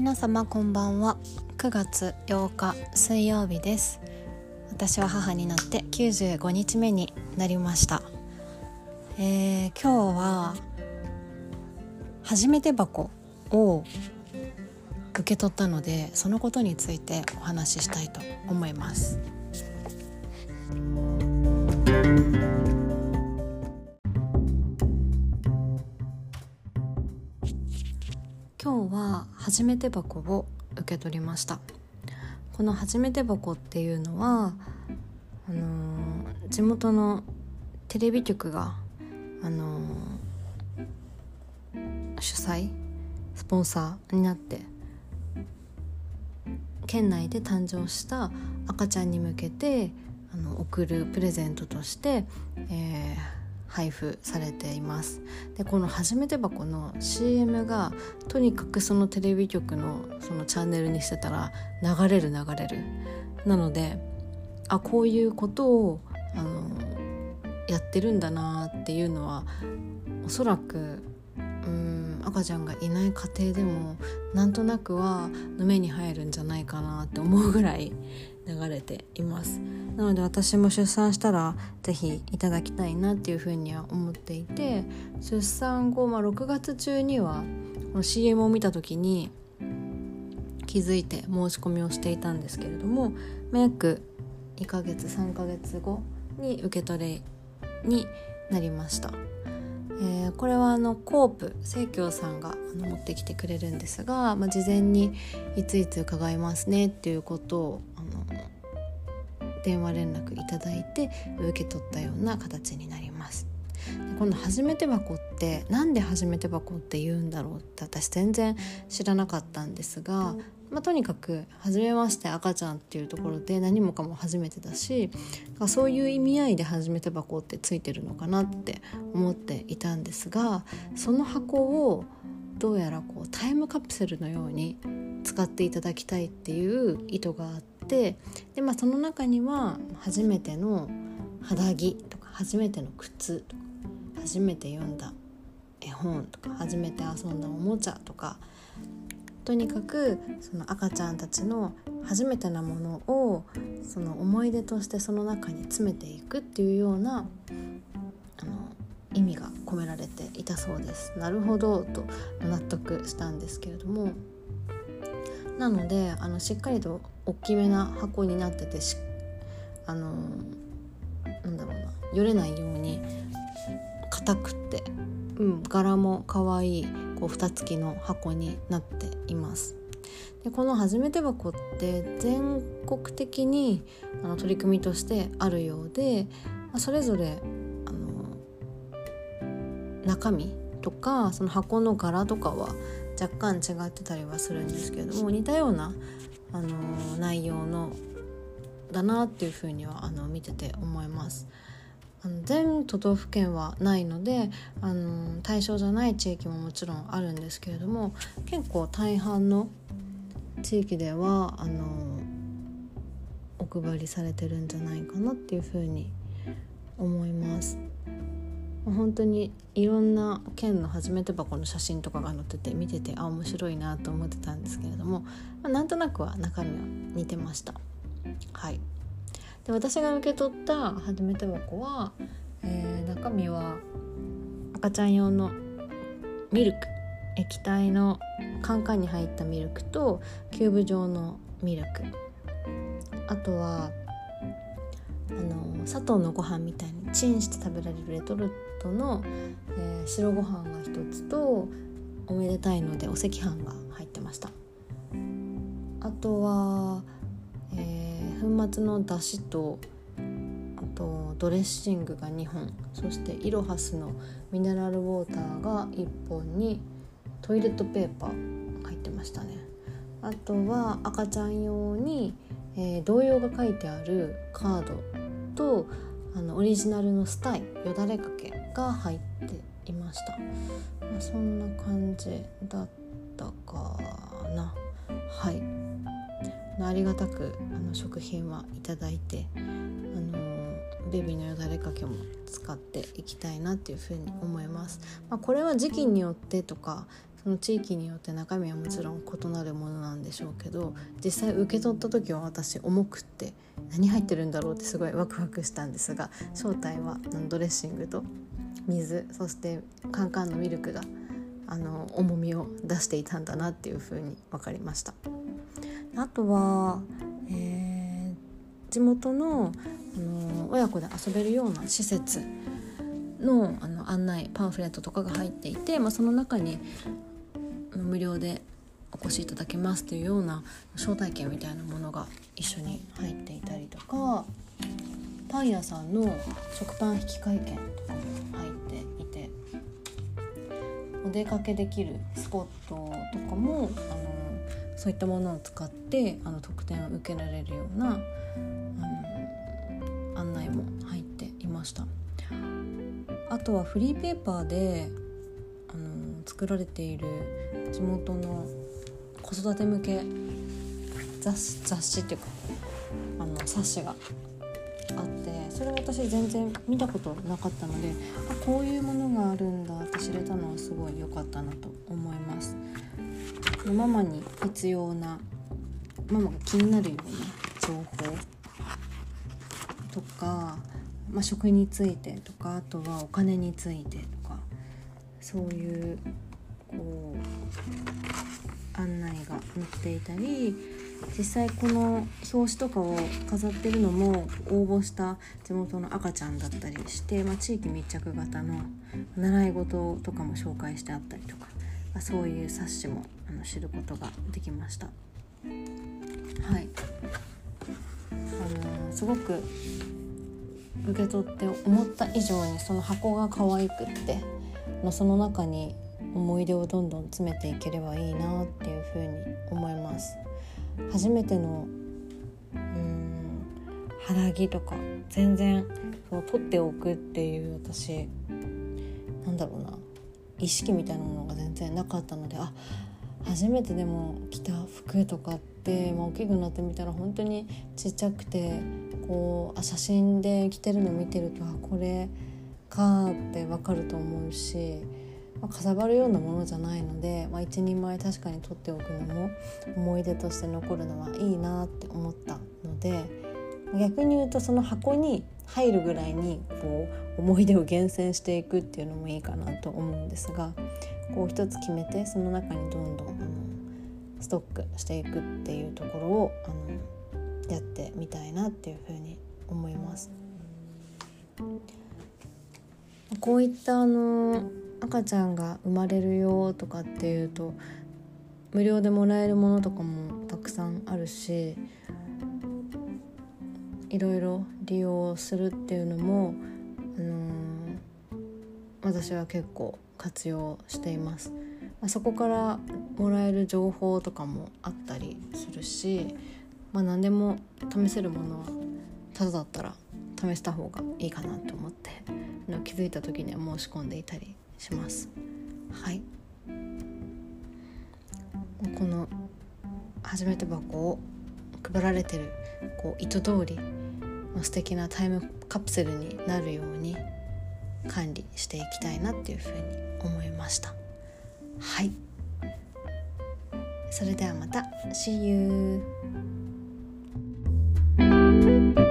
皆様こんばんは。9月8日水曜日です。私は母になって95日目になりました。今日は初めて箱を受け取ったので、そのことについてお話ししたいと思います。今日は初めて箱を受け取りました。この初めて箱っていうのは地元のテレビ局が主催スポンサーになって県内で誕生した赤ちゃんに向けて送るプレゼントとして、配布されています。でこの初めて箱の CM がとにかくそのテレビ局のそのチャンネルにしてたら流れるなので、こういうことをやってるんだなっていうのは、おそらく赤ちゃんがいない家庭でもなんとなくは目に入るんじゃないかなって思うぐらい流れています。なので私も出産したらぜひいただきたいなっていうふうには思っていて、出産後、6月中にはこの CM を見た時に気づいて申し込みをしていたんですけれども、約2ヶ月3ヶ月後に受け取りになりました。これはコープ生協さんが持ってきてくれるんですが、事前にいついつ伺いますねっていうことを電話連絡いただいて受け取ったような形になります。この初めて箱ってなんで初めて箱って言うんだろうって私全然知らなかったんですが、とにかく初めまして赤ちゃんっていうところで何もかも初めてだし、そういう意味合いで初めて箱ってついてるのかなって思っていたんですが、その箱をどうやらタイムカプセルのように使っていただきたいっていう意図があって、で、その中には初めての肌着とか初めての靴とか初めて読んだ絵本とか初めて遊んだおもちゃとか、とにかくその赤ちゃんたちの初めてなものをその思い出としてその中に詰めていくっていうような意味が込められていたそうです。なるほどと納得したんですけれども、なのでしっかりと大きめな箱になっててよれないように硬くって柄も可愛い蓋付きの箱になっています。でこの初めて箱って全国的に取り組みとしてあるようで、それぞれ中身とかその箱の柄とかは若干違ってたりはするんですけれども、似たような内容のだなっていうふうには見てて思います。全都道府県はないので対象じゃない地域ももちろんあるんですけれども、結構大半の地域ではお配りされてるんじゃないかなっていうふうに思います。本当にいろんな県の初めて箱の写真とかが載ってて見てて面白いなと思ってたんですけれども、なんとなくは中身は似てました。はい。で私が受け取った初めて箱は、中身は赤ちゃん用のミルク、液体のカンカンに入ったミルクとキューブ状のミルク、あとは砂糖のご飯みたいにチンして食べられるレトルトの、白ご飯が一つと、おめでたいのでお赤飯が入ってました。あとは、粉末のだしと、あとドレッシングが2本、そしてイロハスのミネラルウォーターが1本にトイレットペーパー入ってましたね。あとは赤ちゃん用に、童謡が書いてあるカードとオリジナルのスタイよだれかけが入っていました。そんな感じだったかな。はい。ありがたく食品はいただいて、ベビーのよだれかけも使っていきたいなっていうふうに思います。これは時期によってとかその地域によって中身はもちろん異なるものなんでしょうけど、実際受け取った時は私重くって何入ってるんだろうってすごいワクワクしたんですが、正体はドレッシングと水、そしてカンカンのミルクが重みを出していたんだなっていう風に分かりました。あとは、地元の、親子で遊べるような施設の、案内パンフレットとかが入っていて、その中に無料でお越しいただけますというような招待券みたいなものが一緒に入っていたりとか、パン屋さんの食パン引換券とかも入っていて、お出かけできるスポットとかもそういったものを使って特典を受けられるような案内も入っていました。あとはフリーペーパーで作られている地元の子育て向け雑誌っていうか冊子があって、それは私全然見たことなかったので、こういうものがあるんだって知れたのはすごい良かったなと思います。ママに必要な、ママが気になるような情報とか、食についてとか、あとはお金についてとか、そういう案内が載っていたり、実際この表紙とかを飾ってるのも応募した地元の赤ちゃんだったりして、地域密着型の習い事とかも紹介してあったりとか、そういう冊子も知ることができました。はい、すごく受け取って思った以上にその箱が可愛くって、その中に思い出をどんどん詰めていければいいなっていうふうに思います。初めての肌着とか全然取っておくっていう私意識みたいなものが全然なかったので、初めてでも着た服とかって、大きくなってみたら本当にちっちゃくて、写真で着てるの見てるとこれかって分かると思うし、かさばるようなものじゃないので、1、2枚確かに取っておくのも思い出として残るのはいいなって思ったので、逆に言うとその箱に入るぐらいに思い出を厳選していくっていうのもいいかなと思うんですが、一つ決めてその中にどんどんストックしていくっていうところをやってみたいなっていうふうに思います。こういった赤ちゃんが生まれるよとかっていうと無料でもらえるものとかもたくさんあるし、いろいろ利用するっていうのも、私は結構活用しています。そこからもらえる情報とかもあったりするし、何でも試せるものはただだったら試した方がいいかなと思って、気づいた時には申し込んでいたりします。はい、この初めて箱を配られてる意図通り素敵なタイムカプセルになるように管理していきたいなっていうふうに思いました。はい、それではまた See you